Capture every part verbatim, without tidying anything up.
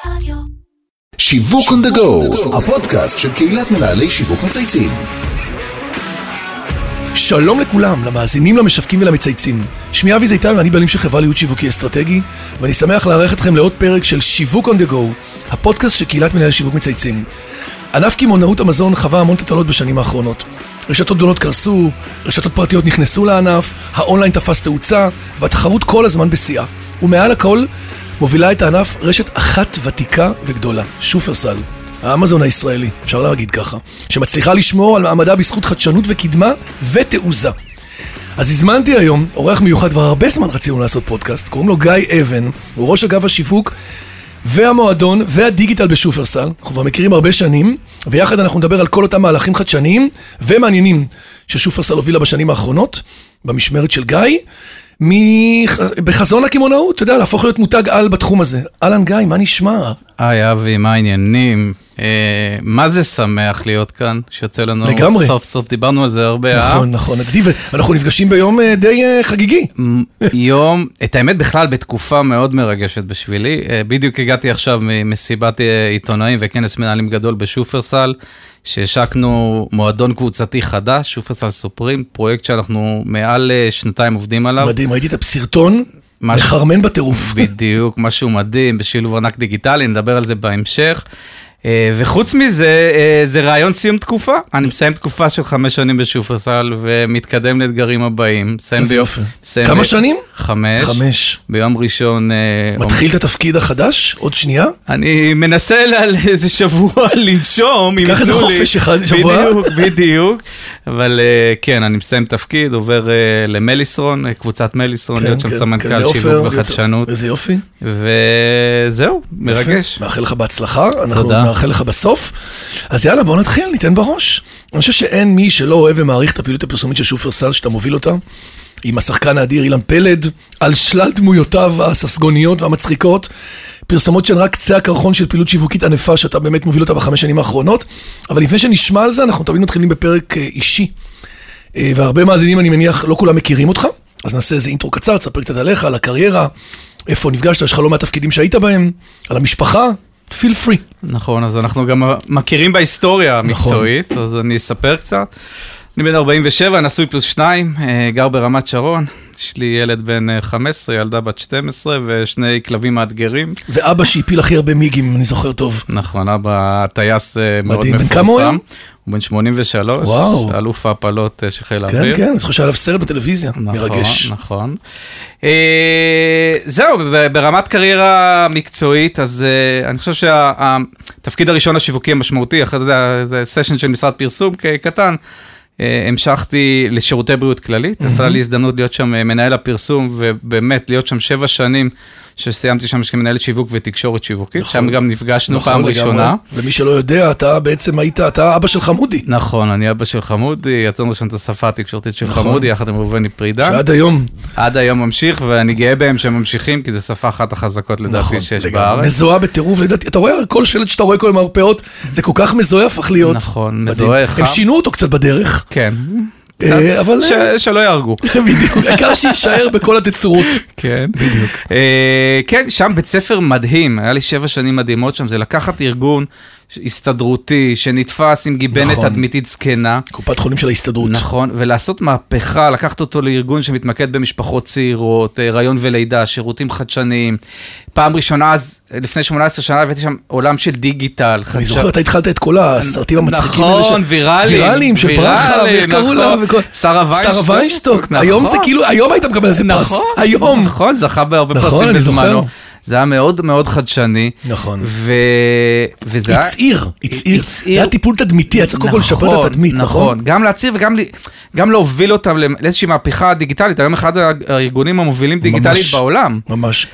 שיווק on the go, הפודקאסט של קהילת מנהלי שיווק מצייצים. שלום לכולם, למאזינים, למשווקים ולמצייצים. שמי אבי זיתן ואני בעלים של חברה לייעוץ שיווקי אסטרטגי, ואני שמח לארח אתכם לעוד פרק של שיווק on the go, הפודקאסט של קהילת מנהלי שיווק מצייצים. ענף קמעונאות המזון חווה המון טלטלות בשנים האחרונות. רשתות גדולות קרסו, רשתות פרטיות נכנסו לענף, האונליין תפס תאוצה, והתחרות כל הזמן בשיאה. ומעל הכל, מובילה את הענף רשת אחת ותיקה וגדולה, שופרסל, האמזון הישראלי, אפשר להגיד ככה, שמצליחה לשמור על מעמדה בזכות חדשנות וקדמה ותעוזה. אז הזמנתי היום אורח מיוחד, כבר הרבה זמן רצינו לעשות פודקאסט, קוראים לו גיא אבן, הוא ראש אגף השיווק והמועדון והדיגיטל בשופרסל, אנחנו כבר מכירים הרבה שנים, ויחד אנחנו נדבר על כל אותם מהלכים חדשניים ומעניינים ששופרסל הובילה בשנים האחרונות, במשמרת של גיא, בחזון הקמעונאות, אתה יודע, להפוך להיות מותג על בתחום הזה. אלן גיא, מה נשמע? היי אבי, מה העניינים? מה זה שמח להיות כאן, שיוצא לנו לגמרי. סוף סוף, דיברנו על זה הרבה. נכון, נכון, נגדי, ואנחנו נפגשים ביום די חגיגי. יום, את האמת בכלל בתקופה מאוד מרגשת בשבילי, בדיוק הגעתי עכשיו ממסיבת עיתונאים וכנס מנהלים גדול בשופרסל, שהשקנו מועדון קבוצתי חדש, שופרסל סופרים, פרויקט שאנחנו מעל שנתיים עובדים עליו. מדהים, ראיתי את הסרטון, מחרמן בטירוף. בדיוק, משהו מדהים, בשילוב ענק דיגיטלי, נדבר על זה בהמשך. וחוץ מזה, זה רעיון סיום תקופה. אני מסיים תקופה של חמש שנים בשופרסל, ומתקדם לאתגרים הבאים. איזה יופי. כמה שנים? חמש. חמש. ביום ראשון. מתחיל את התפקיד החדש? עוד שנייה? אני מנסה לאיזה שבוע לנשום. תיקח איזה חופש אחד שבוע. בדיוק, בדיוק. אבל כן, אני מסיים תפקיד, עובר למליסרון, קבוצת מליסרון, להיות שם סמנכ"ל שיווק וחדשנות. איזה יופי. וזהו, מרגש. מאחל לך בהצלחה. אנחנו נאחל לך בסוף. אז יאללה, בואו נתחיל, ניתן בראש. אני חושב שאין מי שלא אוהב ומעריך את הפעילות הפרסומית של שופרסל, שאתה מוביל אותה, עם השחקן האדיר אילן פלד, על שלל דמויותיו הססגוניות והמצחיקות, פרסומות שהן רק קצה הקרחון של פעילות שיווקית ענפה, שאתה באמת מוביל אותה בחמש שנים האחרונות, אבל לפני שנשמע על זה, אנחנו תמיד מתחילים בפרק אישי, והרבה מאזינים, אני מניח, לא כולם מכירים אותך, אז נעשה איזה אינטרו קצר, תספר קצת עליך, על הקריירה, איפה נפגשת, יש לך לא מהתפקידים שהיית בהם, על המשפחה, feel free. נכון, אז אנחנו גם מכירים בהיסטוריה המקצועית, אז אני אספר קצת. אני בן ארבעים ושבע, נשוי פלוס שניים, גר ברמת שרון, יש לי ילד בן חמש עשרה, ילדה בת שתים עשרה, ושני כלבים מאתגרים. ואבא שהפיל הכי הרבה מיגים, אני זוכר טוב. נכון, אבא טייס מאוד מדהים. מפורסם. בן כמה הוא היום? הוא בן שמונים ושלוש, אלוף ההפלות של חיל האוויר. כן, כן, אני זוכר שהיה עליו סרט בטלוויזיה, מרגש. נכון, נכון. זהו, ברמת קריירה מקצועית, אז אני חושב שהתפקיד הראשון השיווקי המשמעותי, אחרי זה סשן של משרד פרסום כקטן, המשכתי לשירותי בריאות כללית, נפלה לי הזדמנות להיות שם מנהל הפרסום, ובאמת להיות שם שבע שנים, שסיימתי שם כמנהלת שיווק ותקשורת שיווקית, שם גם נפגשנו פעם ראשונה. ומי שלא יודע, אתה בעצם היית, אתה אבא של חמודי. נכון, אני אבא של חמודי, יצרנו שם את השפה התקשורתית של חמודי, יחד עם ראובני פרידן. שעד היום. עד היום ממשיך, ואני גאה בהם שהם ממשיכים, כי זו שפה אחת החזקות לדעתי שיש בארץ. מזוהה בטירוף, לדעתי, אתה רואה כל שלט שאתה רואה כל המרפאות, זה כל כך מזוהה הפך להיות. נכון, מזוהה. הם שינו אותו קצת בדרך. כן. אבל שלא יהרגו. בדיוק, העיקר שישאר בכל התצורות. כן. בדיוק. כן, שם בית ספר מדהים, היה לי שבע שנים מדהימות שם, זה לקחת ארגון הסתדרותי, שנתפס עם גיבנת תדמיתית זקנה. קופת חולים של ההסתדרות. נכון, ולעשות מהפכה, לקחת אותו לארגון שמתמקד במשפחות צעירות, רעיון ולידה, שירותים חדשניים. פעם ראשונה, אז לפני שמונה עשרה שנה, הבאתי שם עולם של דיגיטל. אני זוכר, אתה התחלת את כל הסרטים המצחיקים. נכון, ויראליים. ויראליים, של ברכה, ואיך קראו לה. שרה ויינשטוק. היום זה כאילו, היום היית מקבל איזה פרס. היום. נכון, זכה בהרבה פרסים בזמנו. זה היה מאוד מאוד חדשני. נכון. וזה היה... הצעיר, הצעיר. זה היה טיפול תדמיתי, היה צריך קודם כל לשפר את התדמית, נכון? נכון, גם להצעיר וגם להוביל אותם לאיזושהי מהפכה דיגיטלית. היום אחד הארגונים המובילים דיגיטלית בעולם. ממש.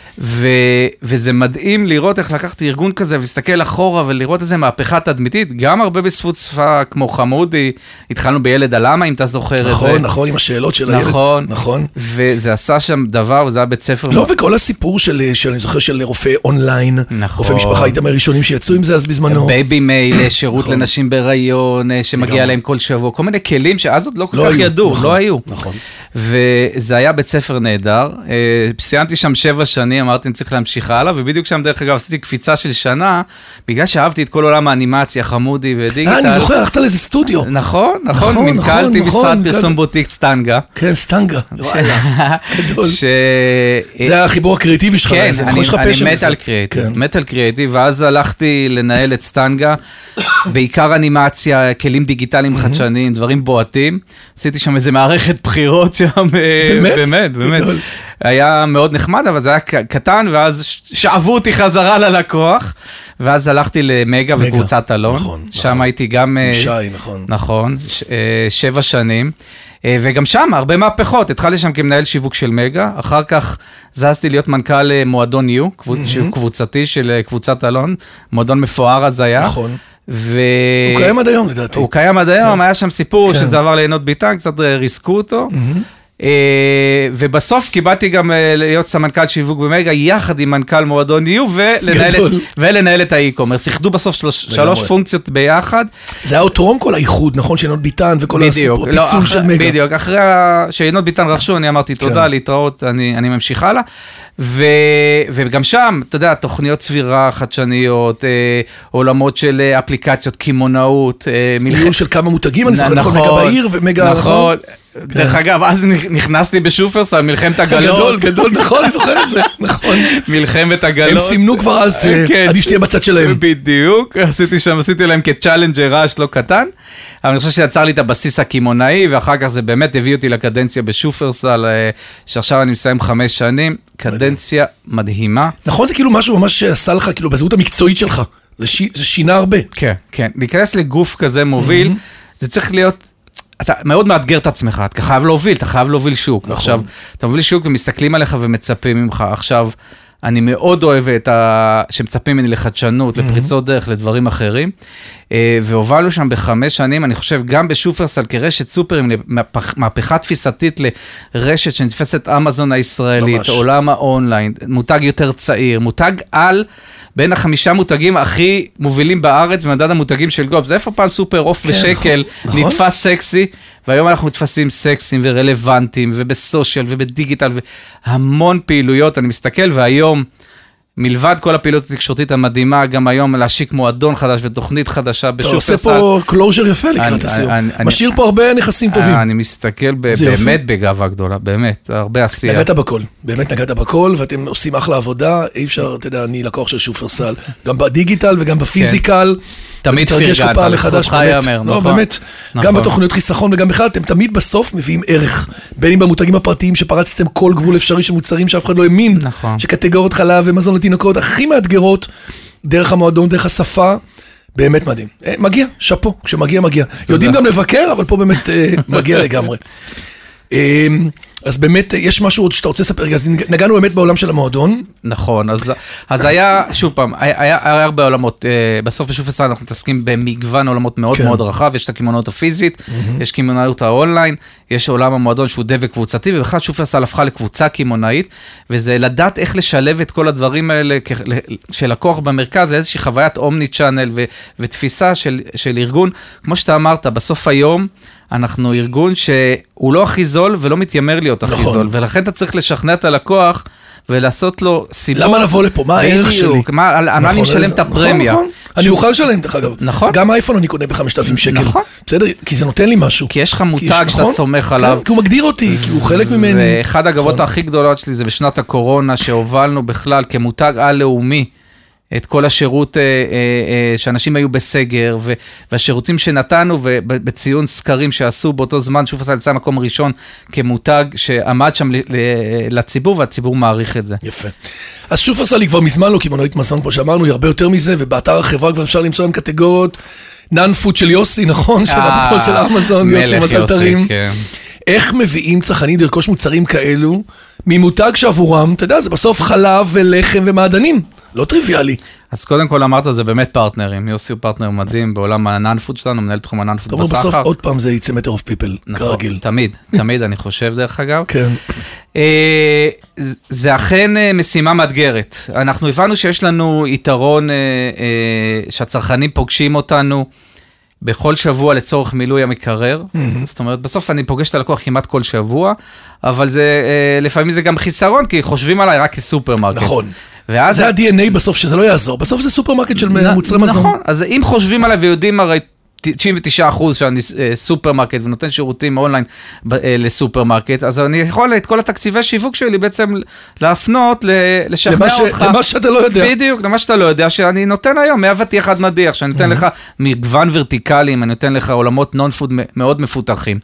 וזה מדהים לראות איך לקחת ארגון כזה ולהסתכל אחורה ולראות איזה מהפכה תדמיתית. גם הרבה בשפות שפה כמו חמודי, התחלנו בילד הלמה, אם אתה זוכר את זה. נכון, נכון, עם השאלות של הילד. נכון. נכון. וזה עשה שם דבר, וזה היה בית ספר... לא, וכל הסיפור של, אני זוכר, של רופא אונליין, רופא משפחה, הייתם הראשונים שיצאו עם זה אז בזמנו. בייבי מייל, שירות לנשים בהיריון, שמגיע להם כל שבוע, כל מיני כלים שאז עוד לא כל כך ידעו, לא היו. וזה היה בית ספר נהדר, סיימתי שם שבע שנים, אמרתי, אני צריך להמשיך הלאה, ובדיוק שם דרך אגב עשיתי קפיצה של שנה, בגלל שאהבתי את כל עולם האנימציה, חמודי ודיגיטל. אה, אני זוכר, הלכת לאיזה סטודיו. נכון, נכון, מנכלתי משרד פרסום בוטיק סטנגה. כן, סטנגה, וואלה, גדול. זה החיבור הקריאטיבי שלך, כן, אני מת על קריאטיב, מת על קריאטיב, ואז הלכתי לנהל את סטנגה, בעיקר אנימציה, כלים דיגיטליים חדשניים, דברים בועטים, עשיתי שם איזה מערכת בחירות שם, באמת, באמת, היה מאוד נחמד, אבל זה היה קטן, ואז שאבו אותי חזרה ללקוח, ואז הלכתי למגה וקבוצת אלון, שם הייתי גם, שי, נכון, נכון, שבע שנים, וגם שם הרבה מהפכות, התחלתי שם כמנהל שיווק של מגה, אחר כך זזתי להיות מנכ"ל מועדון יו, קבוצתי של קבוצת אלון, מועדון מפואר אז היה. נכון. ו... הוא קיים עד היום לדעתי. הוא קיים עד היום, היה שם סיפור שזה עבר לעינות ביטן, קצת ריסקו אותו. ובסוף קיבלתי גם להיות סמנכ"ל שיווק במגה, יחד עם מנכ"ל מועדון יו, ולנהל את האי-קומרס. יחדו בסוף שלוש פונקציות ביחד. זה היה טרום כל האיחוד, נכון? שעינות ביטן וכל הסיפור, הפיצול של מגה. בדיוק, אחרי שעינות ביטן רכשו, אני אמרתי תודה, להתראות, אני ממשיך הלאה. וגם שם, אתה יודע, תוכניות צבירה חדשניות, עולמות של אפליקציות, קימונאות. מיליון של כמה מותגים, אני זוכר כל מגה בעיר ומגה... נכון. דרך אגב, אז נכנסתי בשופרסל, מלחמת הגלות. גדול, גדול, נכון, אני זוכר את זה, נכון. מלחמת הגלות. הם סימנו כבר אז שעדיף שתהיה בצד שלהם. בדיוק, עשיתי שם, עשיתי להם כצ'אלנג'ר רעש לא קטן, אבל אני חושב שיצר לי את הבסיס הקימונאי, ואחר כך זה באמת הביא אותי לקדנציה בשופרסל, שעכשיו אני מסיים חמש שנים, קדנציה מדהימה. נכון, זה כאילו משהו ממש שעשה לך, כאילו בזהות המקצועית שלך, זה שינה הרבה. כן, כן, להיכנס לגוף כזה מוביל, זה צריך להיות... אתה מאוד מאתגר את עצמך, אתה חייב להוביל, אתה חייב להוביל שוק. נכון. עכשיו, אתה מוביל שוק ומסתכלים עליך ומצפים ממך. עכשיו, אני מאוד אוהב את ה... שמצפים ממני לחדשנות, לפריצות דרך, לדברים אחרים. והובלנו שם בחמש שנים, אני חושב, גם בשופרסל כרשת סופרים, מהפכה תפיסתית לרשת שנתפסת אמזון הישראלית, ממש. עולם האונליין, מותג יותר צעיר, מותג על... בין החמישה מותגים הכי מובילים בארץ, במדד המותגים של גלובס. זה איפה פעם סופר אוף ושקל, נתפס סקסי, והיום אנחנו נתפסים סקסים ורלוונטיים, ובסושיאל ובדיגיטל, והמון פעילויות, אני מסתכל, והיום, מלבד כל הפעילות התקשורתית המדהימה, גם היום להשיק מועדון חדש ותוכנית חדשה בשופרסל. אתה עושה פה קלוז'ר יפה לקראת הסיום. משאיר פה הרבה נכסים טובים. אני מסתכל באמת בגאווה גדולה, באמת, הרבה עשייה. נגעת בכל, באמת נגעת בכל, ואתם עושים אחלה עבודה, אי אפשר, אתה יודע, אני לקוח של שופרסל, גם בדיגיטל וגם בפיזיקל. תמיד פרגנת, לזכותך יאמר, נכון. באמת, גם בתוכניות חיסכון וגם בכלל, אתם תמיד בסוף מביאים ערך, בין אם במותגים הפרטיים שפרצתם כל גבול אפשרי של מוצרים שאף אחד לא האמין, שקטגוריות חלב ומזון לתינוקות הכי מאתגרות, דרך המועדון, דרך השפה, באמת מדהים. מגיע, שפו, כשמגיע, מגיע. יודעים גם לבקר, אבל פה באמת מגיע לגמרי. אז באמת, יש משהו עוד שאתה רוצה לספר, נגענו באמת בעולם של המועדון. נכון, אז, אז היה, שוב פעם, היה, היה הרבה עולמות, בסוף בשופרסל אנחנו מתעסקים במגוון עולמות מאוד כן. מאוד רחב, יש את הקימונאות הפיזית, mm-hmm. יש קימונאות האונליין, יש עולם המועדון שהוא דבק קבוצתי, ובכלל שופרסל הפכה לקבוצה קימונאית, וזה לדעת איך לשלב את כל הדברים האלה של לקוח במרכז, לאיזושהי חוויית אומני צ'אנל ו, ותפיסה של, של ארגון, כמו שאתה אמרת, בסוף היום, אנחנו ארגון שהוא לא הכי זול ולא מתיימר להיות הכי נכון. זול, ולכן אתה צריך לשכנע את הלקוח ולעשות לו סיבות. למה לבוא לפה? מה הערך שלי? מה, על נכון, מה אני משלם את הפרמיה? נכון, נכון. אני אוכל לשלם, דרך אגב. נכון. גם האייפון אני קונה ב-חמשת אלפים שקל. נכון. בסדר? כי זה נותן לי משהו. כי יש לך מותג שאתה נכון? סומך עליו. כן, כי הוא מגדיר אותי, כי הוא חלק ממני. ואחד הגבות נכון. הכי גדולות שלי זה בשנת הקורונה, שהובלנו בכלל כמותג על-לאומי, את כל השירות אה, אה, שאנשים היו בסגר, והשירותים שנתנו, ובציון סקרים שעשו באותו זמן, שופרסל יצא מקום ראשון כמותג שעמד שם לציבור, והציבור מעריך את זה. יפה. אז שופרסל היא כבר מזמן לא קימונאית מזון, כמו שאמרנו, היא הרבה יותר מזה, ובאתר החברה כבר אפשר למצוא עם קטגוריות, נאן-פוד של יוסי, נכון? של אמזון, יוסי מסלטרים. כן. איך מביאים צרכנים לרכוש מוצרים כאלו, ממותג שעבורם, אתה יודע, זה בסוף חלב ולחם ומעדנים. לא טריוויאלי. אז קודם כל אמרת, זה באמת פרטנרים. יוסי הוא פרטנר מדהים בעולם הנאנפוד שלנו, מנהל תחום הנאנפוד בסחר. בסוף עוד פעם זה יצא מטר אוף פיפל, כרגיל. תמיד, תמיד אני חושב דרך אגב. כן. זה אכן משימה מאתגרת. אנחנו הבנו שיש לנו יתרון שהצרכנים פוגשים אותנו בכל שבוע לצורך מילוי המקרר, זאת אומרת, בסוף אני פוגש את הלקוח כמעט כל שבוע, אבל זה, לפעמים זה גם חיסרון, כי חושבים עליי רק כסופרמרקט. נכון. ואז זה ה-די אן איי בסוף שזה לא יעזור, בסוף זה סופרמרקט של מוצרי מזון. נכון, אז אם חושבים עליי ויודעים הרי תשעים ותשעה אחוז שאני סופרמרקט ונותן שירותים אונליין לסופרמרקט, אז אני יכול את כל התקציבי שיווק שלי בעצם להפנות, לשכנע אותך. למה שאתה לא יודע. בדיוק, למה שאתה לא יודע, שאני נותן היום מאבטיח עד מדיח, שאני נותן לך מגוון ורטיקלים, אני נותן לך עולמות נון-פוד מאוד מפותחים.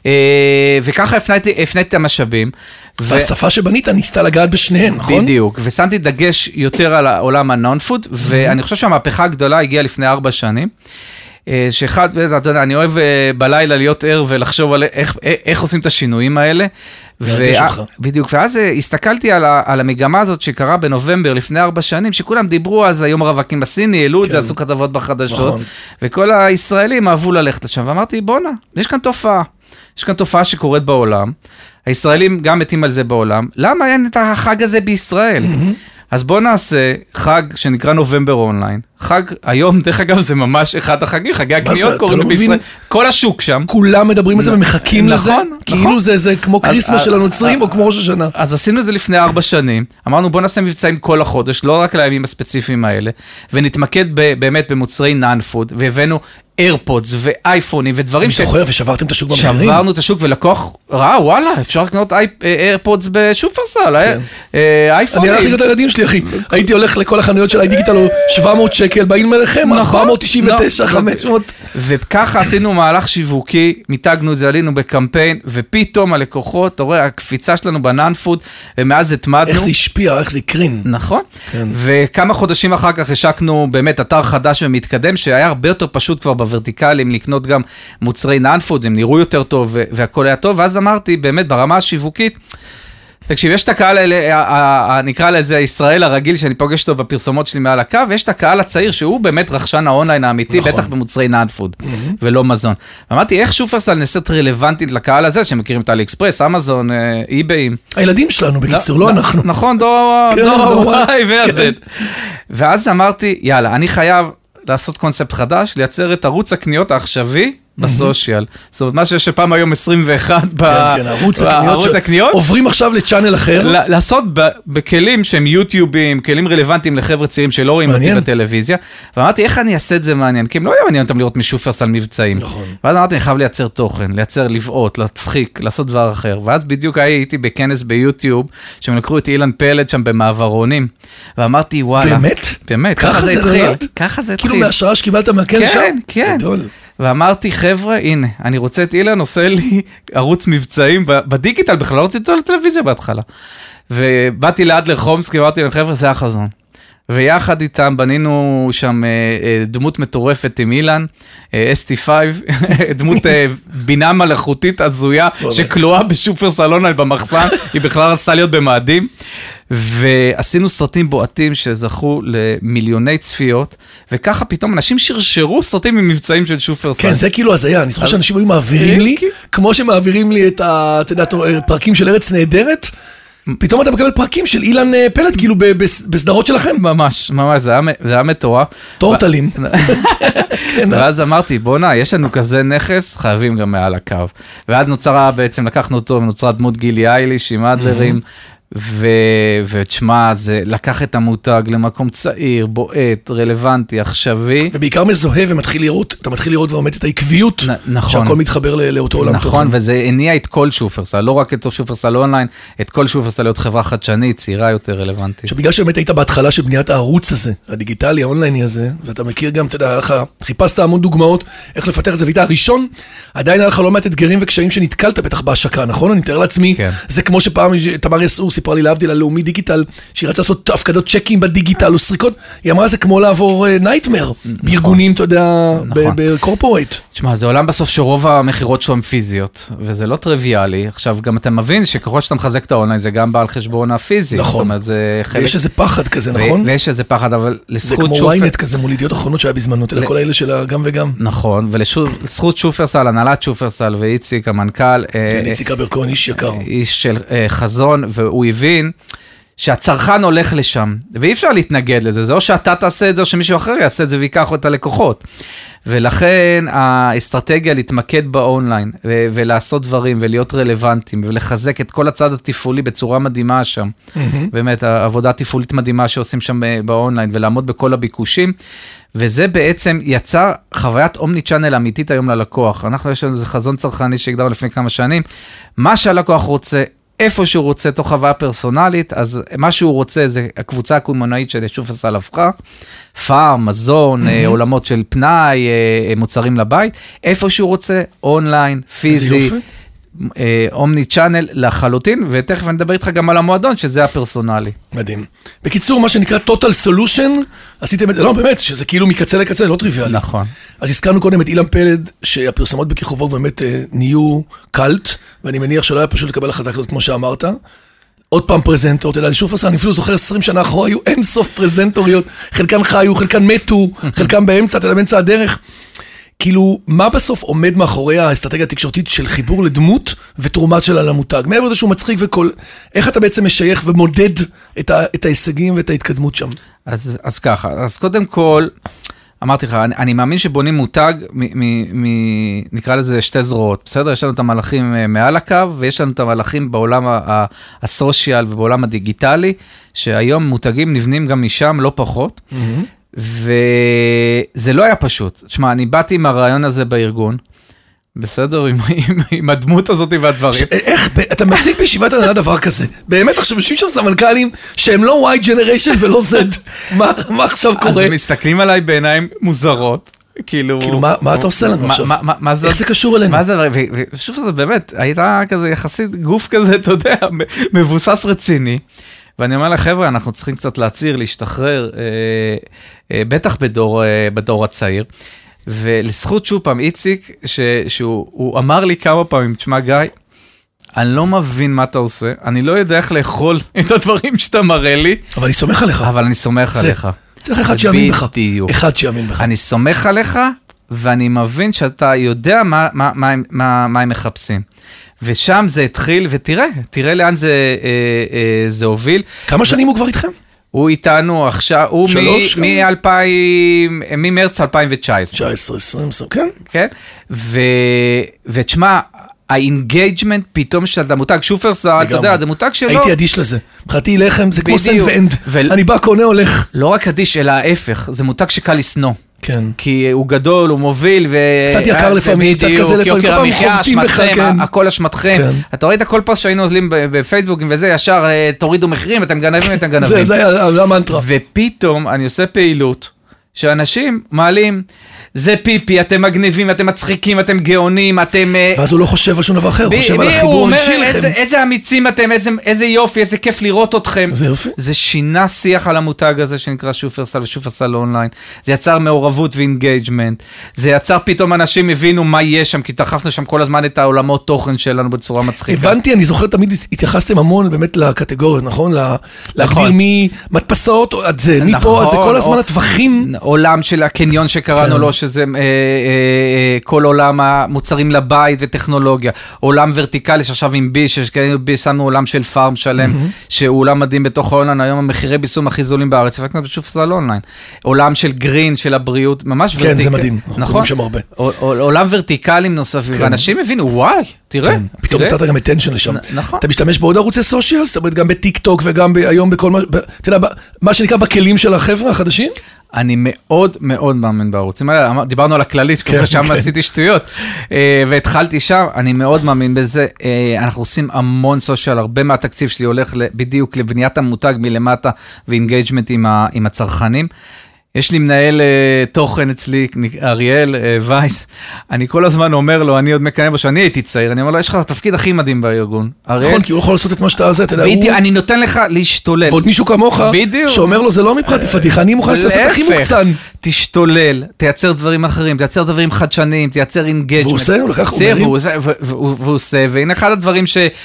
וככה הפניתי את המשאבים. והשפה שבנית ניסתה לגעת בשניהם, נכון? בדיוק, ושמתי דגש יותר על העולם הנון-פוד, ואני חושב שהמהפכה הגדולה הגיעה לפני ארבע שנים, שאחד, אתה יודע, אני אוהב בלילה להיות ער ולחשוב על איך, איך עושים את השינויים האלה. בדיוק, ואז הסתכלתי על, על המגמה הזאת שקרה בנובמבר לפני ארבע שנים, שכולם דיברו אז היום הרווקים בסיני, העלו את זה, עשו כתבות בחדשות, וכל הישראלים אהבו ללכת לשם, ואמרתי, בונה, יש כאן תופעה, יש כאן תופעה שקורית בעולם, הישראלים גם מתים על זה בעולם, למה אין את החג הזה בישראל? אז בוא נעשה חג שנקרא נובמבר אונליין, חג, היום דרך אגב זה ממש אחד החגים, חגי הקניות קוראים בישראל, כל השוק שם. כולם מדברים על זה ומחכים לזה, כאילו זה כמו קריסמס של הנוצרים או כמו ראש השנה. אז עשינו את זה לפני ארבע שנים, אמרנו בוא נעשה מבצעים כל החודש, לא רק לימים הספציפיים האלה, ונתמקד באמת במוצרי נון-פוד, והבאנו איירפודס ואייפונים ודברים ש... אני זוכר ושברתם את השוק במחירים. שברנו את השוק ולקוח ראה, וואלה, אפשר לקנות איירפודס בשופרסל, אייפונים. אני הלכתי לקנות לילדים שלי, אחי. הייתי הולך לכל החנויות של איי-דיגיטל, שבע מאות שקל, באים אליכם, ארבע מאות תשעים ותשע, חמש מאות. וככה עשינו מהלך שיווקי, מיתגנו את זה, עלינו בקמפיין, ופתאום הלקוחות, אתה רואה, הקפיצה שלנו בנון-פוד, ומאז התמדנו. איך זה השפיע, איך זה יקרין. נכון. וכמה חודשים אחר כך השקנו באמת אתר חדש ומתקדם, שהיה הרבה יותר פשוט כבר בוורטיקלים, לקנות גם מוצרי נון-פוד, הם נראו יותר טוב, והכל היה טוב, ואז אמרתי, באמת, ברמה השיווקית, תקשיב, יש את הקהל האלה, נקרא לזה ישראל הרגיל, שאני פוגש אותו בפרסומות שלי מעל הקו, ויש את הקהל הצעיר, שהוא באמת רכשן האונליין האמיתי, בטח במוצרי נון-פוד, ולא מזון. ואמרתי, איך שופרסל נעשית רלוונטית לקהל הזה, שמכירים את אלי אקספרס, אמזון, אי-באים. הילדים שלנו, בקיצור, לא אנחנו. נכון, דור וואי והזד. ואז אמרתי, יאללה, אני חייב לעשות קונספט חדש, לייצר את ערוץ הקניות העכשווי, בסושיאל. זאת אומרת, מה שיש שפעם היום עשרים ואחת בערוץ הקניות. עוברים עכשיו לצ'אנל אחר. לעשות בכלים שהם יוטיובים, כלים רלוונטיים לחבר'ה צעירים שלא רואים אותי בטלוויזיה. ואמרתי, איך אני אעשה את זה מעניין? כי הם לא מעניין אותם לראות משופרסל מבצעים. ואז אמרתי, אני חייב לייצר תוכן, לייצר לבעוט, להצחיק, לעשות דבר אחר. ואז בדיוק הייתי בכנס ביוטיוב, שהם לקחו את אילן פלד שם במעברונים. ואמרתי, וואלה. באמת? באמת, ככה זה התחיל. ככה זה התחיל. כאילו מהשראה שקיבלת מהכנס שם? כן, כן. ואמרתי, חבר'ה, הנה, אני רוצה את אילן, עושה לי ערוץ מבצעים בדיגיטל, בכלל לא רציתי אותו לטלוויזיה בהתחלה. ובאתי לאדלר חומסקי, אמרתי להם, חבר'ה, זה החזון. ויחד איתם בנינו שם דמות מטורפת עם אילן, אס טי חמש, דמות בינה מלאכותית הזויה, שכלואה בשופרסל אונליין במחסן, היא בכלל רצתה להיות במאדים. ועשינו סרטים בועטים שזכו למיליוני צפיות, וככה פתאום אנשים שרשרו סרטים ממבצעים של שופרסל. כן, זה כאילו הזיה, אני זוכר שאנשים היו מעבירים לי, כמו שמעבירים לי את הפרקים של ארץ נהדרת, פתאום אתה מקבל פרקים של אילן פלד, כאילו בסדרות שלכם. ממש, ממש, זה היה מטורף. טורטלים. ואז אמרתי, בוא'נה, יש לנו כזה נכס, חייבים גם מעל הקו. ואז נוצרה, בעצם לקחנו אותו, ונוצרה דמות גילי אייליש עם אדלרים, ותשמע, זה לקח את המותג למקום צעיר, בועט, רלוונטי, עכשווי. ובעיקר מזוהה ומתחיל לראות, אתה מתחיל לראות ועומד את העקביות, שהכל מתחבר לאותו עולם תוכן. נכון, וזה הניע את כל שופרסל, לא רק את שופרסל אונליין, את כל שופרסל להיות חברה חדשנית, צעירה יותר רלוונטית. עכשיו, בגלל שבאמת היית בהתחלה של בניית הערוץ הזה, הדיגיטלי, האונלייני הזה, ואתה מכיר גם, אתה יודע, חיפשת המון דוגמאות, איך לפתח את זה, והיית הראשון, עדיין היה לך לא מעט אתגרים וקשיים שנתקלת בטח בהשקה, נכון? אני מתאר לעצמי, זה כמו שפעם תמר יסעור סיפרה לי להבדיל על לאומי דיגיטל, שהיא רצה לעשות הפקדות צ'קים בדיגיטל או סריקות, היא אמרה זה כמו לעבור נייטמר, בארגונים, אתה יודע, בקורפורייט. תשמע, זה עולם בסוף שרוב המחירות שלו הם פיזיות, וזה לא טריוויאלי. עכשיו, גם אתה מבין שככל שאתה מחזק את האונליין, זה גם בעל חשבון הפיזי. נכון, ויש איזה פחד כזה, נכון? ויש איזה פחד, אבל לזכות שופרסל... זה כמו וויינט כזה מול ידיעות אחרונות שהיה בזמנות, אלא כל האלה של גם וגם. נכון, ולזכות שופרסל, הנהלת שופרסל ואיציק, המנכ"ל... כן, איציק אברקון, איש יקר. איש של חזון, והוא הבין שהצרכן הולך לשם, ואי אפשר להתנגד לזה, זה או שאתה תעשה את זה, או שמישהו אחר יעשה את זה ויקח את הלקוחות. ולכן האסטרטגיה להתמקד באונליין, ו- ולעשות דברים, ולהיות רלוונטיים, ולחזק את כל הצד התפעולי בצורה מדהימה שם. Mm-hmm. באמת, העבודה התפעולית מדהימה שעושים שם באונליין, ולעמוד בכל הביקושים, וזה בעצם יצר חוויית אומני צ'אנל אמיתית היום ללקוח. אנחנו יש לנו איזה חזון צרכני שהגדרנו לפני כמה שנים, מה שהלקוח רוצה, איפה שהוא רוצה, תוך חוויה פרסונלית, אז מה שהוא רוצה זה הקבוצה הקומונאית של שופרסל הפכה, פארם, מזון, mm-hmm. עולמות של פנאי, מוצרים לבית, איפה שהוא רוצה, אונליין, פיזי, אומני צ'אנל לחלוטין, ותכף אני אדבר איתך גם על המועדון, שזה הפרסונלי. מדהים. בקיצור, מה שנקרא total solution, עשיתם את זה, לא באמת, שזה כאילו מקצה לקצה, לא טריוויאלי. נכון. אז הזכרנו קודם את אילן פלד, שהפרסמות בכיכובו באמת נהיו קלט, ואני מניח שלא היה פשוט לקבל החלטה כזאת כמו שאמרת. עוד פעם פרזנטוריות, אלא שופרסל, אני אפילו זוכר עשרים שנה אחורה, היו אין סוף פרזנטוריות, חלקן חיו, חלקן מתו, חלקן באמצע, אלא באמצע הדרך. כאילו, מה בסוף עומד מאחורי האסטרטגיה התקשורתית של חיבור לדמות ותרומה שלה למותג? מעבר לזה שהוא מצחיק וכל... איך אתה בעצם משייך ומודד את, ה, את ההישגים ואת ההתקדמות שם? אז, אז ככה, אז קודם כל, אמרתי לך, אני, אני מאמין שבונים מותג, מ, מ, מ, נקרא לזה שתי זרועות, בסדר? יש לנו את המהלכים מעל הקו, ויש לנו את המהלכים בעולם הסושיאל ובעולם הדיגיטלי, שהיום מותגים נבנים גם משם, לא פחות. Mm-hmm. וזה לא היה פשוט. תשמע, אני באתי עם הרעיון הזה בארגון, בסדר, עם, עם, עם הדמות הזאת והדברים. ש, איך, אתה מציג בישיבת הנהלה דבר כזה? באמת, עכשיו יושבים שם סמנכ"לים שהם לא Y generation ולא Z. מה, מה עכשיו קורה? אז מסתכלים עליי בעיניים מוזרות. כאילו, כאילו מה, מה אתה עושה לנו מה, עכשיו? מה, מה, מה זה, איך זה קשור אלינו? מה זה, ושוב זה באמת, הייתה כזה יחסית גוף כזה, אתה יודע, מבוסס רציני. ואני אומר לך, חבר'ה, אנחנו צריכים קצת להציר, להשתחרר, אה, אה, בטח בדור, אה, בדור הצעיר. ולזכות שוב פעם, איציק, ש, שהוא אמר לי כמה פעמים, תשמע גיא, אני לא מבין מה אתה עושה, אני לא יודע איך לאכול את הדברים שאתה מראה לי. אבל אני סומך עליך. אבל אני סומך זה, עליך. צריך אחד שיאמין בך. אחד שיאמין בך. אני סומך עליך, ואני מבין שאתה יודע מה, מה, מה, מה, מה הם מחפשים. ושם זה התחיל, ותראה, תראה לאן זה, אה, אה, זה הוביל. כמה שנים הוא כבר איתכם? הוא איתנו עכשיו, הוא ממרץ אלפיים תשע עשרה. תשע עשרה, עשרים, כן. כן, ותשמע, האינגייג'מנט פתאום של המותג, שופרסל, אתה יודע, זה מותג שלו. הייתי אדיש לזה. מבחינתי לחם, זה כמו סנד ואנד. אני בא, קונה, הולך. לא רק אדיש, אלא ההפך, זה מותג שקל לסנוע. כן. כי הוא גדול, הוא מוביל, ו... קצת יקר לפעמים, קצת כזה לפעמים, יוקר המחיה, אשמתכם, הכל אשמתכם. אתה רואה את הכל פרס שהיינו עוזלים בפייסבוק, וזה ישר, תורידו מחירים, אתם גנבים, אתם גנבים. זה היה המנטרה. ופתאום אני עושה פעילות, שאנשים מעלים, זה פיפי, אתם מגניבים, אתם מצחיקים, אתם גאונים, אתם... ואז הוא לא חושב על שום דבר אחר, הוא חושב על החיבור הרגשי לכם. איזה אמיצים אתם, איזה יופי, איזה כיף לראות אתכם. זה יופי. זה שינה שיח על המותג הזה שנקרא שופרסל ושופרסל אונליין. זה יצר מעורבות ואינגייג'מנט. זה יצר פתאום אנשים הבינו מה יש שם, כי דחפנו שם כל הזמן את העולמות תוכן שלנו בצורה מצחיקה. הבנתי, אני זוכר, תמיד התייחסתם המון באמת לקטגוריות, נכון? להגדיר ממדפסות עד זה, מפה, עד זה כל הזמן הטווחים. עולם של הקניון שקראנו לו, שזה אה, אה, אה, כל עולם המוצרים לבית וטכנולוגיה, עולם ורטיקלי שעכשיו עם בי, שבי שמנו עולם של פארם שלם, mm-hmm. שהוא עולם מדהים בתוך האונליין, היום המחירי ביסום הכי זולים בארץ, אפשר בשופרסל אונליין, עולם של גרין, של הבריאות, ממש ורטיקלי. כן, זה מדהים, אנחנו קוראים שם הרבה. עולם ורטיקליים נוספים, כן. ואנשים הבינו, וואי, תראה. כן. פתאום יצאת גם attention לשם. נכון. אתה משתמש בעוד ערוצי סושיאל, זאת אומרת גם בטיק טוק וגם היום בכל מה, אתה יודע, מה שנקרא בכלים של החבר'ה החדשים? אני מאוד מאוד מאמין בערוצים האלה, דיברנו על הכללית, כמו שם עשיתי שטויות, והתחלתי שם, אני מאוד מאמין בזה, אנחנו עושים המון סושיאל, הרבה מהתקציב שלי הולך בדיוק לבניית המותג מלמטה, ואינגייג'מנט עם הצרכנים, יש לי מנהל תוכן אצלי, אריאל וייס, אני כל הזמן אומר לו, אני עוד מקיים בו שאני הייתי צעיר, אני אומר לו, יש לך את התפקיד הכי מדהים בארגון. נכון, כי הוא יכול לעשות את מה שאתה עושה, אתה יודע, הוא... אני נותן לך להשתולל. ועוד מישהו כמוך, שאומר לו, זה לא מבחינת פתיחה, אני מוכן שתעשה את הכי מוקצן. תשתולל, תייצר דברים אחרים, תייצר דברים חדשניים, תייצר אינגייג'מנט. והוא עושה, הוא לקח, הוא מרים. והוא עושה, והנה אחד הדברים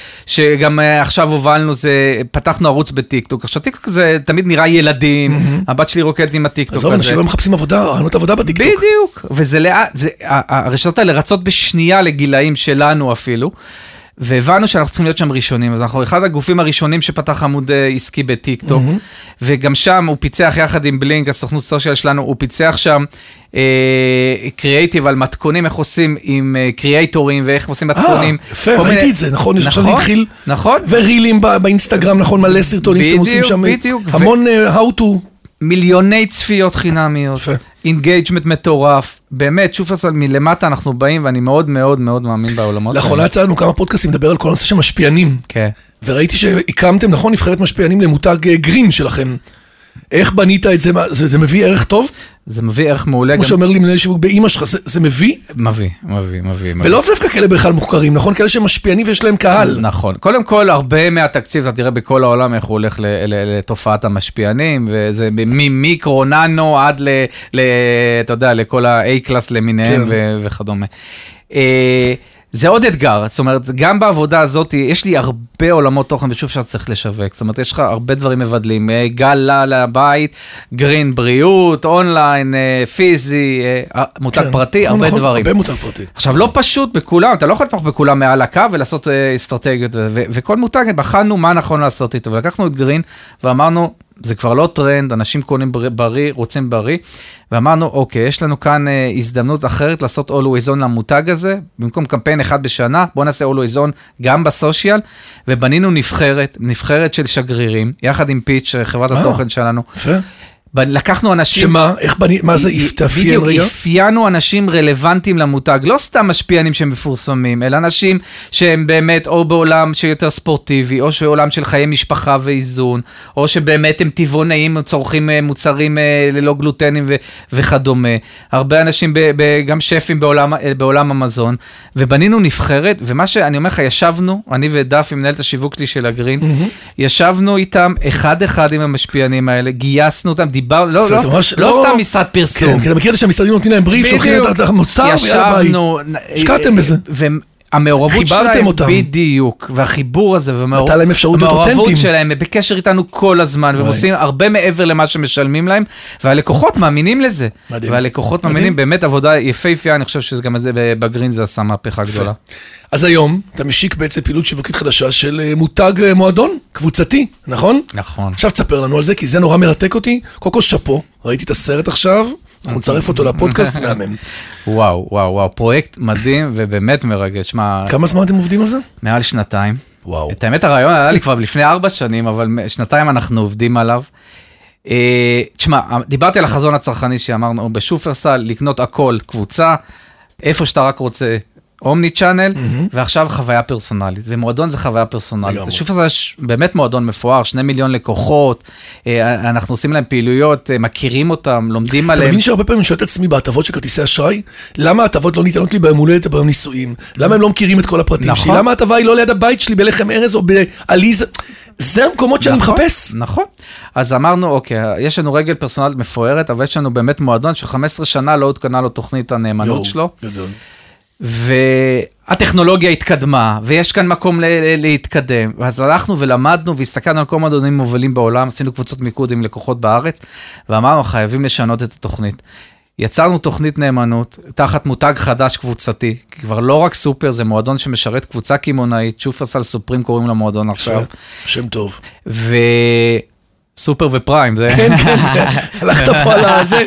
שגם עכשיו הובלנו, זה פתחנו ערוץ בטיקטוק. עכשיו טיקטוק זה תמיד נראה ילדים, הבת שלי רוקדת עם הטיקטוק. עזוב, אנשים לא מחפשים עבודה, רעיונות עבודה בטיקטוק. בדיוק, וזה הרשתות האלה רצות בשנייה לגילאים שלנו אפילו, והבנו שאנחנו צריכים להיות שם ראשונים, אז אנחנו אחד הגופים הראשונים שפתח עמוד עסקי בטיק-טוק, וגם שם הוא פיצח יחד עם בלינק, הסוכנות סושיאל שלנו, הוא פיצח שם קריאייטיב על מתכונים, איך עושים עם קריאייטורים, ואיך עושים מתכונים. אה, יפה, ראיתי את זה, נכון, עכשיו זה התחיל. נכון. ורילים באינסטגרם, נכון, מלא סרטונים שאתם עושים שם. בדיוק, בדיוק. המון how to. מיליוני צפיות חינמיות, אינגייג'מנט מטורף, באמת, שופרסל מלמטה אנחנו באים, ואני מאוד מאוד מאוד מאמין בעולמות. לאחרונה יצא לנו כמה פודקאסטים לדבר על כל הנושא של משפיענים. כן. וראיתי שהקמתם, נכון, נבחרת משפיענים למותג גרין שלכם. איך בנית את זה? זה, זה מביא ערך טוב? זה מביא ערך מעולה. כמו גם... שאומר לי מנהל שיווק באמא שלך, זה, זה מביא? מביא, מביא, מביא. ולא דווקא כאלה בכלל מוחקרים, נכון? כאלה שמשפיענים ויש להם קהל. נכון. קודם כל, הרבה מהתקציב, אתה תראה בכל העולם איך הוא הולך לתופעת המשפיענים, וזה ממיקרו, ננו, עד ל, ל, אתה יודע, לכל ה-A-קלאס למיניהם כן. ו, וכדומה. זה עוד אתגר, זאת אומרת, גם בעבודה הזאת, יש לי הרבה עולמות תוכן, ושוב שאתה צריך לשווק, זאת אומרת, יש לך הרבה דברים מבדלים, גלה לבית, גרין בריאות, אונליין, פיזי, מותג כן, פרטי, נכון, הרבה נכון, דברים. הרבה מותג פרטי. עכשיו, לא פשוט בכולם, אתה לא יכול לפח בכולם מעל הקו, ולעשות אסטרטגיות, ו- וכל מותג, בחנו מה נכון לעשות איתו, ולקחנו את גרין, ואמרנו, זה כבר לא טרנד, אנשים קונים בריא, רוצים בריא, ואמרנו, אוקיי, יש לנו כאן אה, הזדמנות אחרת לעשות always on למותג הזה, במקום קמפיין אחד בשנה, בואו נעשה always on גם בסושיאל, ובנינו נבחרת, נבחרת של שגרירים, יחד עם פיץ', חברת התוכן שלנו. יפה. לקחנו אנשים... שמה? איך בני... מה זה יפתאפיין רגע? אפיינו אנשים רלוונטיים למותג, לא סתם משפיענים שהם מפורסמים, אלא אנשים שהם באמת או בעולם שיותר ספורטיבי, או בעולם של חיי משפחה ואיזון, או שבאמת הם טבעוניים, צורכים מוצרים ללא גלוטנים ו- וכדומה. הרבה אנשים, ב- ב- גם שפים בעולם, בעולם המזון, ובנינו נבחרת, ומה שאני אומר לך, ישבנו, אני ודף, עם מנהלת השיווק שלי של הגרין, mm-hmm. ישבנו איתם אחד אחד עם המשפיענים האלה, גייסנו אותם, דיבר, לא, לא, לא סתם משרד פרסום. כן, כי אתה מכיר את שהמשרדים נותנים להם בריף, שולחים את המוצר, ישבנו, השקעתם בזה. והמעורבות שלהם בדיוק, והחיבור הזה, והמעורבות שלהם בקשר איתנו כל הזמן, והם עושים הרבה מעבר למה שמשלמים להם, והלקוחות מאמינים לזה. והלקוחות מאמינים, באמת עבודה יפהפייה, אני חושב שגם בגרין זה עשה מהפכה גדולה. אז היום אתה משיק בעצם פעילות שיווקית חדשה של מותג מועדון, קבוצתי, נכון? נכון. עכשיו תספר לנו על זה, כי זה נורא מרתק אותי. קודם כל שפו, ראיתי את הסרט עכשיו, אנחנו נצרף אותו לפודקאסט מהמם. וואו, וואו, וואו, פרויקט מדהים ובאמת מרגש. כמה זמן אתם עובדים על זה? מעל שנתיים. וואו. את האמת הרעיון עלה לי כבר לפני ארבע שנים, אבל שנתיים אנחנו עובדים עליו. תשמע, דיברתי על החזון הצרכני שאמרנו בשופרסל, לקנות הכל, קבוצה, איפה שאתה רק רוצה, אומני צ'אנל, ועכשיו חוויה פרסונלית, ומועדון זה חוויה פרסונלית. שופרסל יש באמת מועדון מפואר, שני מיליון לקוחות, אנחנו עושים להם פעילויות, מכירים אותם, לומדים עליהם. אתה מבין שהרבה פעמים אני שואל את עצמי בהטבות של כרטיסי אשראי, למה ההטבות לא ניתנות לי ביום הולדת, ביום נישואים? למה הם לא מכירים את כל הפרטים שלי? למה ההטבה היא לא ליד הבית שלי בלחם ארז או בעליזה? זה המקומות שאני מחפש. נכון. אז אמרנו, אוקיי, יש לנו רגל פרסונלית מפוארת, אבל יש לנו באמת מועדון ש-חמש עשרה שנה לא הותקנה לו תוכנית הנאמנות שלו. והטכנולוגיה התקדמה, ויש כאן מקום להתקדם, ואז הלכנו ולמדנו, והסתכלנו על כל מועדונים מובילים בעולם, עשינו קבוצות מיקוד עם לקוחות בארץ, ואמרנו, חייבים לשנות את התוכנית. יצרנו תוכנית נאמנות, תחת מותג חדש קבוצתי, כי כבר לא רק סופר, זה מועדון שמשרת קבוצה קימונאית, שופרסל סופרים קוראים למועדון עכשיו. שם טוב. ו... סופר ופריים, זה... כן, כן, הלכת פה על זה.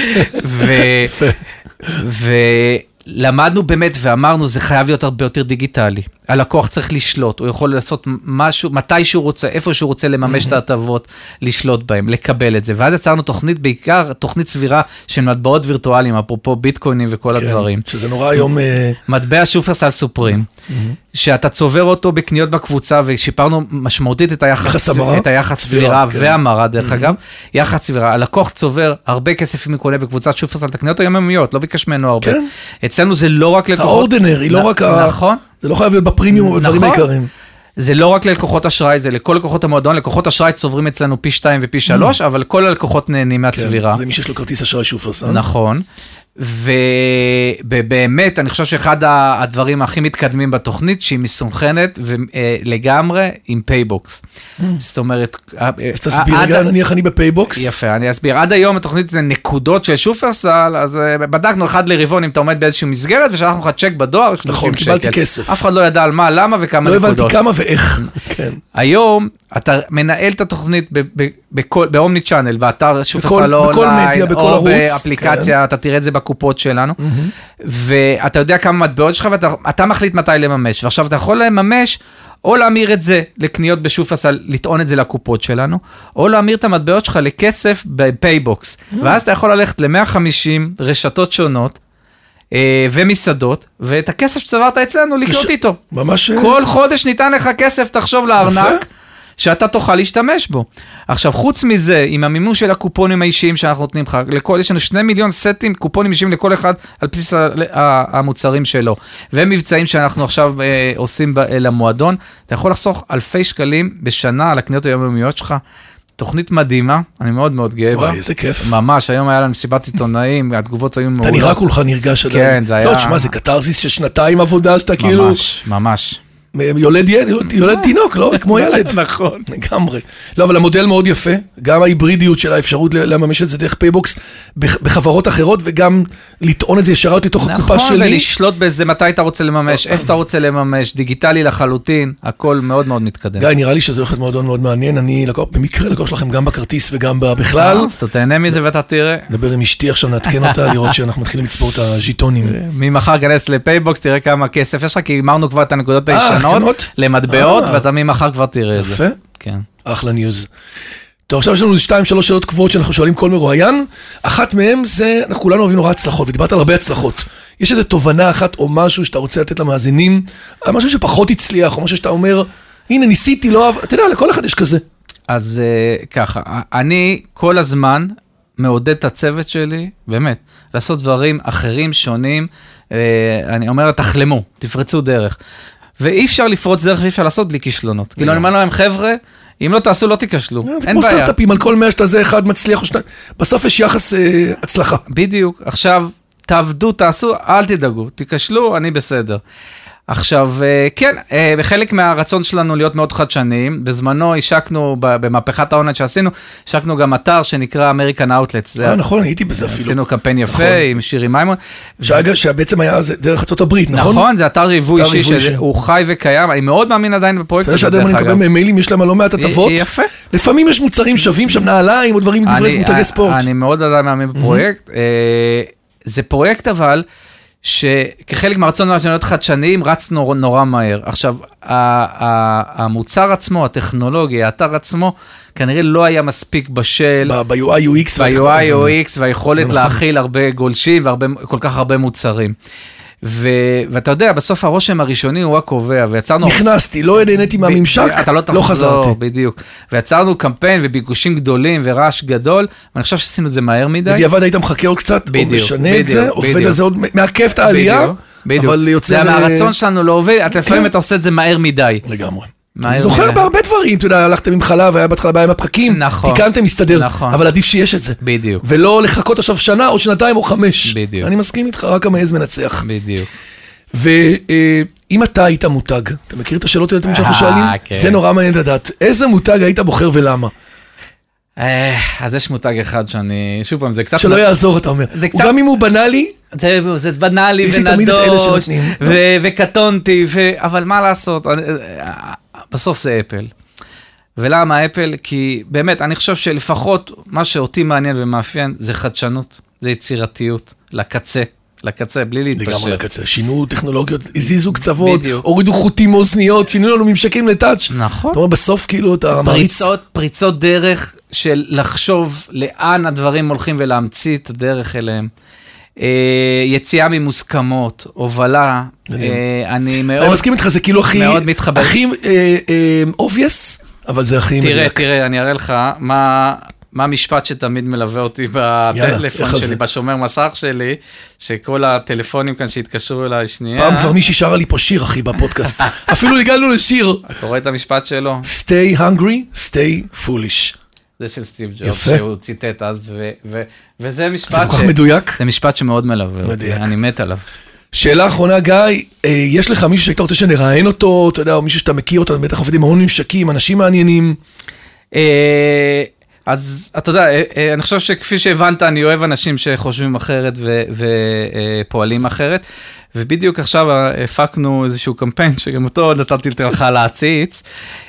ו... למדנו באמת ואמרנו, זה חייב להיות הרבה יותר דיגיטלי. הלקוח צריך לשלוט, הוא יכול לעשות משהו, מתי שהוא רוצה, איפה שהוא רוצה לממש את ההטבות, לשלוט בהם, לקבל את זה. ואז יצרנו תוכנית, בעיקר תוכנית סבירה של מטבעות וירטואליים, אפרופו ביטקוינים וכל הדברים. שזה נורא היום... מטבע שופרסל סופרים, שאתה צובר אותו בקניות בקבוצה, ושיפרנו משמעותית את היחס סבירה והמרה, דרך אגב, יחס סבירה. הלקוח צובר הרבה כסף אם הוא קונה בקבוצת שופרסל, את הקניות היומיומיות, לא ביקש ממנו הרבה. אצלנו זה לא רק לקוחות... האורדינרי, לא רק ה... נכון. זה לא חייב להיות בפרימיום ובדברים העיקריים. זה לא רק ללקוחות אשראי, זה לכל לקוחות המועדון, לקוחות אשראי צוברים אצלנו פי שתיים ופי שלוש, אבל כל הלקוחות נהנים מהצבירה. זה מי שיש לו כרטיס אשראי שופרסל. נכון. ובאמת, אני חושב שאחד הדברים הכי מתקדמים בתוכנית, שהיא מסונכנת לגמרי עם פייבוקס. זאת אומרת... אז תסביר רגע, נניח אני בפייבוקס. יפה, אני אסביר. עד היום התוכנית זה נקודות של שופרסל, אז בדקנו אחד לרבעון אם אתה עומד באיזושהי מסגרת, ושלחנו לך צ'ק בדואר, נכון, קיבלתי כסף. אף אחד לא ידע על מה, למה וכמה לא נקודות. הבנתי כמה ואיך. היום אתה מנהל את התוכנית באומני צ'אנל, באתר שופרסל אונליין, או באפליקציה, אתה תראה את זה בקופות שלנו, ואתה יודע כמה מטבעות שלך, ואתה מחליט מתי לממש, ועכשיו אתה יכול לממש, או להמיר את זה לקניות בשופרסל, לטעון את זה לקופות שלנו, או להמיר את המטבעות שלך לכסף בפייבוקס, ואז אתה יכול ללכת ל-מאה וחמישים רשתות שונות, ומסעדות, ואת הכסף שצברת אצלנו לקנות איתו. ממש... כל חודש ניתן לך כסף, תחשוב לארנק, שאתה תוכל להשתמש בו. עכשיו, חוץ מזה, עם המימוש של הקופונים האישיים שאנחנו נותנים לך, לכל, יש לנו שני מיליון סטים, קופונים אישיים לכל אחד, על בסיס המוצרים שלו, ומבצעים שאנחנו עכשיו אה, עושים ב, אה, למועדון, אתה יכול לחסוך אלפי שקלים בשנה על הקניות היומיומיות שלך, תוכנית מדהימה, אני מאוד מאוד גאה בה. וואי, איזה כיף. ממש, היום היה לנו מסיבת עיתונאים, התגובות היו מעולות. אתה נראה כולך נרגש עדיין. כן, זה היה... לא, תשמע, זה קטרזיס של שנתיים עבודה שאתה כאילו... ממש, ממש. יולד יולד תינוק, לא? כמו ילד. נכון. לגמרי. לא, אבל המודל מאוד יפה, גם ההיברידיות של האפשרות לממש את זה דרך פייבוקס בחברות אחרות, וגם לטעון את זה ישרת לתוך הקופה שלי. נכון, ולשלוט בזה מתי אתה רוצה לממש, איפה אתה רוצה לממש, דיגיטלי לחלוטין, הכל מאוד מאוד מתקדם. גיא, נראה לי שזה הולך מאוד מאוד מעניין, אני במקרה לקוח לכם גם בכרטיס וגם בכלל. אז תהנה מזה ואתה תראה. נדבר עם אשתי עכשיו, נעדכן אותה, לראות שאנחנו מתחילים לצבור את הז'יטונים. ממחר גנס לפייבוקס, תראה כמה כסף יש לך, כי אמרנו כבר את הנקודות הישנות למטבעות, ואתה ממחר כבר תראה את זה. יפה. כן. אחלה ניוז. טוב, עכשיו יש לנו שתיים, שלוש שאלות קבועות שאנחנו שואלים כל מרואיין. אחת מהם זה, אנחנו כולנו אוהבים נורא הצלחות, ודיברת על הרבה הצלחות. יש איזו תובנה אחת או משהו שאתה רוצה לתת למאזינים, משהו שפחות הצליח, או משהו שאתה אומר, הנה ניסיתי, לא אהב, אתה יודע, לכל אחד יש כזה. אז ככה, אני כל הזמן מעודד את הצוות שלי, באמת, לעשות דברים אחרים, שונים, אני אומר, תחלמו, תפרצו דרך. ואי אפשר לפרוץ דרך ואי אפשר לעשות בלי כישלונות. כאילו אני אומר להם, חבר'ה, אם לא תעשו, לא תיכשלו. אין בעיה. זה כמו סטארט-אפים, על כל מאה שאתה זה אחד מצליח או שניים. בסוף יש יחס הצלחה. בדיוק. עכשיו, תעבדו, תעשו, אל תדאגו. תיכשלו, אני בסדר. עכשיו, כן, בחלק מהרצון שלנו להיות מאוד חדשניים, בזמנו השקנו, במהפכת האונליין שעשינו, השקנו גם אתר שנקרא American Outlets. אה, נכון, הייתי בזה אפילו. עשינו קמפיין יפה עם שירי מימון. שבעצם היה דרך ארצות הברית, נכון? נכון, זה אתר ריווי אישי, שהוא חי וקיים, אני מאוד מאמין עדיין בפרויקט הזה. אתה יודע שעדיין אני מקבל מיילים, יש להם לא מעט הטבות. יפה. לפעמים יש מוצרים שווים שם, נעליים או דברים דברי מותגי ספורט. אני מאוד עדיין מאמין בפרויקט. זה פרויקט אבל, שכחלק מהרצון להיות חדשניים, רצנו נורא מהר. עכשיו, המוצר עצמו, הטכנולוגיה, האתר עצמו, כנראה לא היה מספיק בשל. ב-יו איי יו אקס. ב-יו איי יו אקס, והיכולת להכיל הרבה גולשים, וכל כך הרבה מוצרים. ואתה יודע, בסוף הרושם הראשוני הוא הקובע, ויצרנו... נכנסתי, לא נהניתי מהממשק, לא חזרתי. בדיוק. ויצרנו קמפיין וביקושים גדולים ורעש גדול, ואני חושב שעשינו את זה מהר מדי. בדיעבד היית מחכה עוד קצת, או משנה את זה, עובד על זה עוד, מעכב את העלייה, אבל יוצא... זה מהרצון שלנו להוביל, לפעמים אתה עושה את זה מהר מדי. לגמרי. אני זוכר בהרבה דברים, אתה יודע, הלכתם עם חלב, היה בהתחלה בעיה עם הפקקים, תיקנתם, מסתדר, אבל עדיף שיש את זה. בדיוק. ולא לחכות עכשיו שנה, או שנתיים, או חמש. בדיוק. אני מסכים איתך, רק המעז מנצח. בדיוק. ואם אתה היית מותג, אתה מכיר את השאלות האלה שאנחנו שואלים? זה נורא מעניין לדעת. איזה מותג היית בוחר ולמה? אז יש מותג אחד שאני, שוב פעם, זה קצת... שלא יעזור, אתה אומר. גם אם הוא בנאלי, זה בנאלי ונדוש, וקטונתי, אבל מה לעשות? בסוף זה אפל. ולמה אפל? כי באמת, אני חושב שלפחות מה שאותי מעניין ומאפיין, זה חדשנות, זה יצירתיות, לקצה. לקצה, בלי להתפשר. לגמרי לקצה. שינו טכנולוגיות, הזיזו קצוות, הורידו חוטים אוזניות, שינו לנו ממשקים לטאץ'. נכון. אתה אומר, בסוף כאילו אתה מריץ. פריצות דרך של לחשוב לאן הדברים הולכים ולהמציא את הדרך אליהם. יציאה ממוסכמות, הובלה. אני מאוד... אני מסכים איתך, זה כאילו הכי... מאוד מתחבר. הכי obvious, אבל זה הכי מדויק. תראה, תראה, אני אראה לך מה... מה המשפט שתמיד מלווה אותי בטלפון שלי, בשומר מסך שלי, שכל הטלפונים כאן שהתקשרו אליי שנייה. פעם כבר מישהי שרה לי פה שיר, אחי, בפודקאסט. אפילו הגענו לשיר. אתה רואה את המשפט שלו? Stay hungry, stay foolish. זה של סטיב ג'ובס, שהוא ציטט אז, וזה משפט... זה כל כך מדויק. זה משפט שמאוד מלווה אותי, אני מת עליו. שאלה אחרונה, גיא, יש לך מישהו שהיית רוצה שנראיין אותו, אתה יודע, או מישהו שאתה מכיר אותו, בטח עובדים המון ממשקים, אנשים מעניינים? אז אתה יודע, אני חושב שכפי שהבנת, אני אוהב אנשים שחושבים אחרת ופועלים אחרת, ובדיוק עכשיו הפקנו איזשהו קמפיין, שגם אותו נתתי לך להציץ,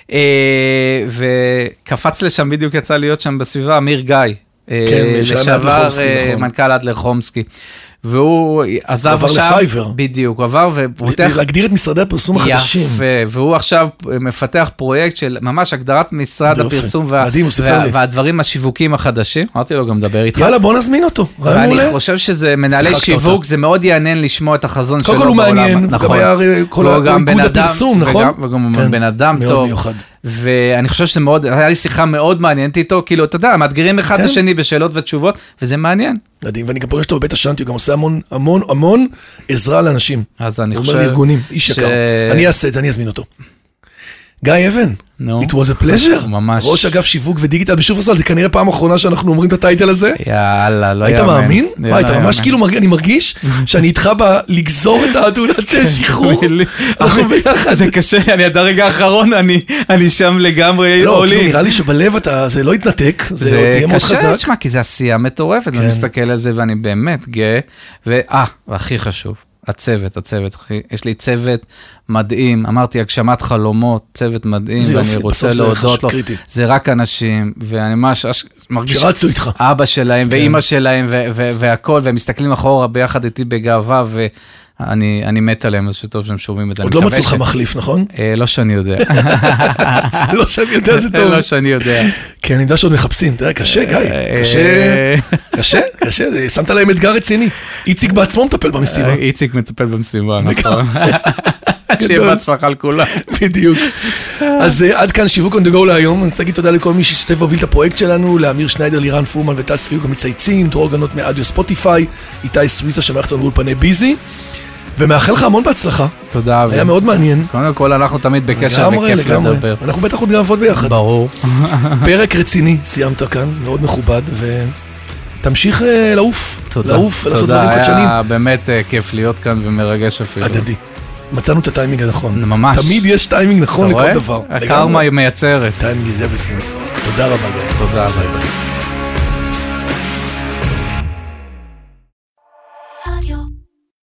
וקפץ לשם, בדיוק יצא להיות שם בסביבה, אמיר גיא, לשעבר מנכ"ל אדלר חומסקי. והוא עזב עבר עכשיו, לפייבר. בדיוק, הוא עבר ופותח... להגדיר את משרדי הפרסום החדשים. יפה, והוא עכשיו מפתח פרויקט של ממש הגדרת משרד הפרסום והדברים השיווקים החדשים. אמרתי לו גם לדבר איתך. יאללה, בוא נזמין אותו. ואני חושב שזה מנהלי שיווק, זה מאוד יעניין לשמוע את החזון שלו בעולם. קודם כל הוא מעניין, כל איגוד הפרסום, נכון? וגם בן אדם טוב. ואני חושב שזה מאוד, היה לי שיחה מאוד מעניינת איתו, כאילו, אתה יודע, מאתגרים אחד השני בשאלות ותשובות, וזה מעניין. מדהים, ואני גם פוגש אותו בבית השנטי, הוא גם עושה המון, המון, המון עזרה לאנשים. אז אני חושב... הוא אומר לארגונים, איש יקר. אני אעשה את זה, אני אזמין אותו. גיא אבן, it was a pleasure. ממש. ראש אגף שיווק ודיגיטל בשופרסל, זה כנראה פעם אחרונה שאנחנו אומרים את הטייטל הזה. יאללה, לא יאמן. היית מאמין? וואי, אתה ממש כאילו, אני מרגיש שאני איתך בלגזור את התעודת שחרור. אנחנו ביחד. זה קשה, אני עד הרגע האחרון, אני שם לגמרי עולים. לא, נראה לי שבלב זה לא יתנתק, זה תהיה מאוד חזק. זה קשה, כי זה עשייה מטורפת, אני מסתכל על זה ואני באמת גאה. ואה, והכי חשוב. הצוות, הצוות, יש לי צוות מדהים, אמרתי, הגשמת חלומות, צוות מדהים, ואני רוצה להודות לו, זה רק אנשים, ואני ממש מרגיש, שרצו איתך, אבא שלהם, ואימא שלהם, והכל, והם מסתכלים אחורה ביחד איתי בגאווה, ואני מת עליהם, אז שטוב שהם שומעים את זה. עוד לא מצאו לך מחליף, נכון? לא שאני יודע. לא שאני יודע, זה טוב. לא שאני יודע. כן, אני יודע שעוד מחפשים, תראה, קשה, גיא, קשה, קשה, קשה, שמת להם אתגר רציני. איציק בעצמו מטפל במשימה. איציק מטפל במשימה, נכון. שיהיה בהצלחה לכולם. בדיוק. אז עד כאן שיווק on the go להיום. אני רוצה להגיד תודה לכל מי שהשתתף והוביל את הפרויקט שלנו, לאמיר שניידר, לירן פורמן וטל ספיוק המצייצים, דרור גנות מאדיו ספוטיפיי, איתי סוויסה שמערכת לנו אולפני ביזי, ומאחל לך המון בהצלחה. תודה. היה מאוד מעניין. קודם כל אנחנו תמיד בקשר וכיף לדבר. אנחנו בטח עוד נעבוד ביחד. ברור. פרק רציני סיימת כאן, מאוד מכובד, ותמשיך לעוף. תודה. לעוף ולעשות דברים חדשניים. היה באמת כיף להיות כאן ומרגש אפילו. הדדי. מצאנו את הטיימינג הנכון. ממש. תמיד יש טיימינג נכון לכל דבר. הקרמה היא מייצרת. טיימינג היא זה בסדר. תודה רבה. תודה. ביי ביי.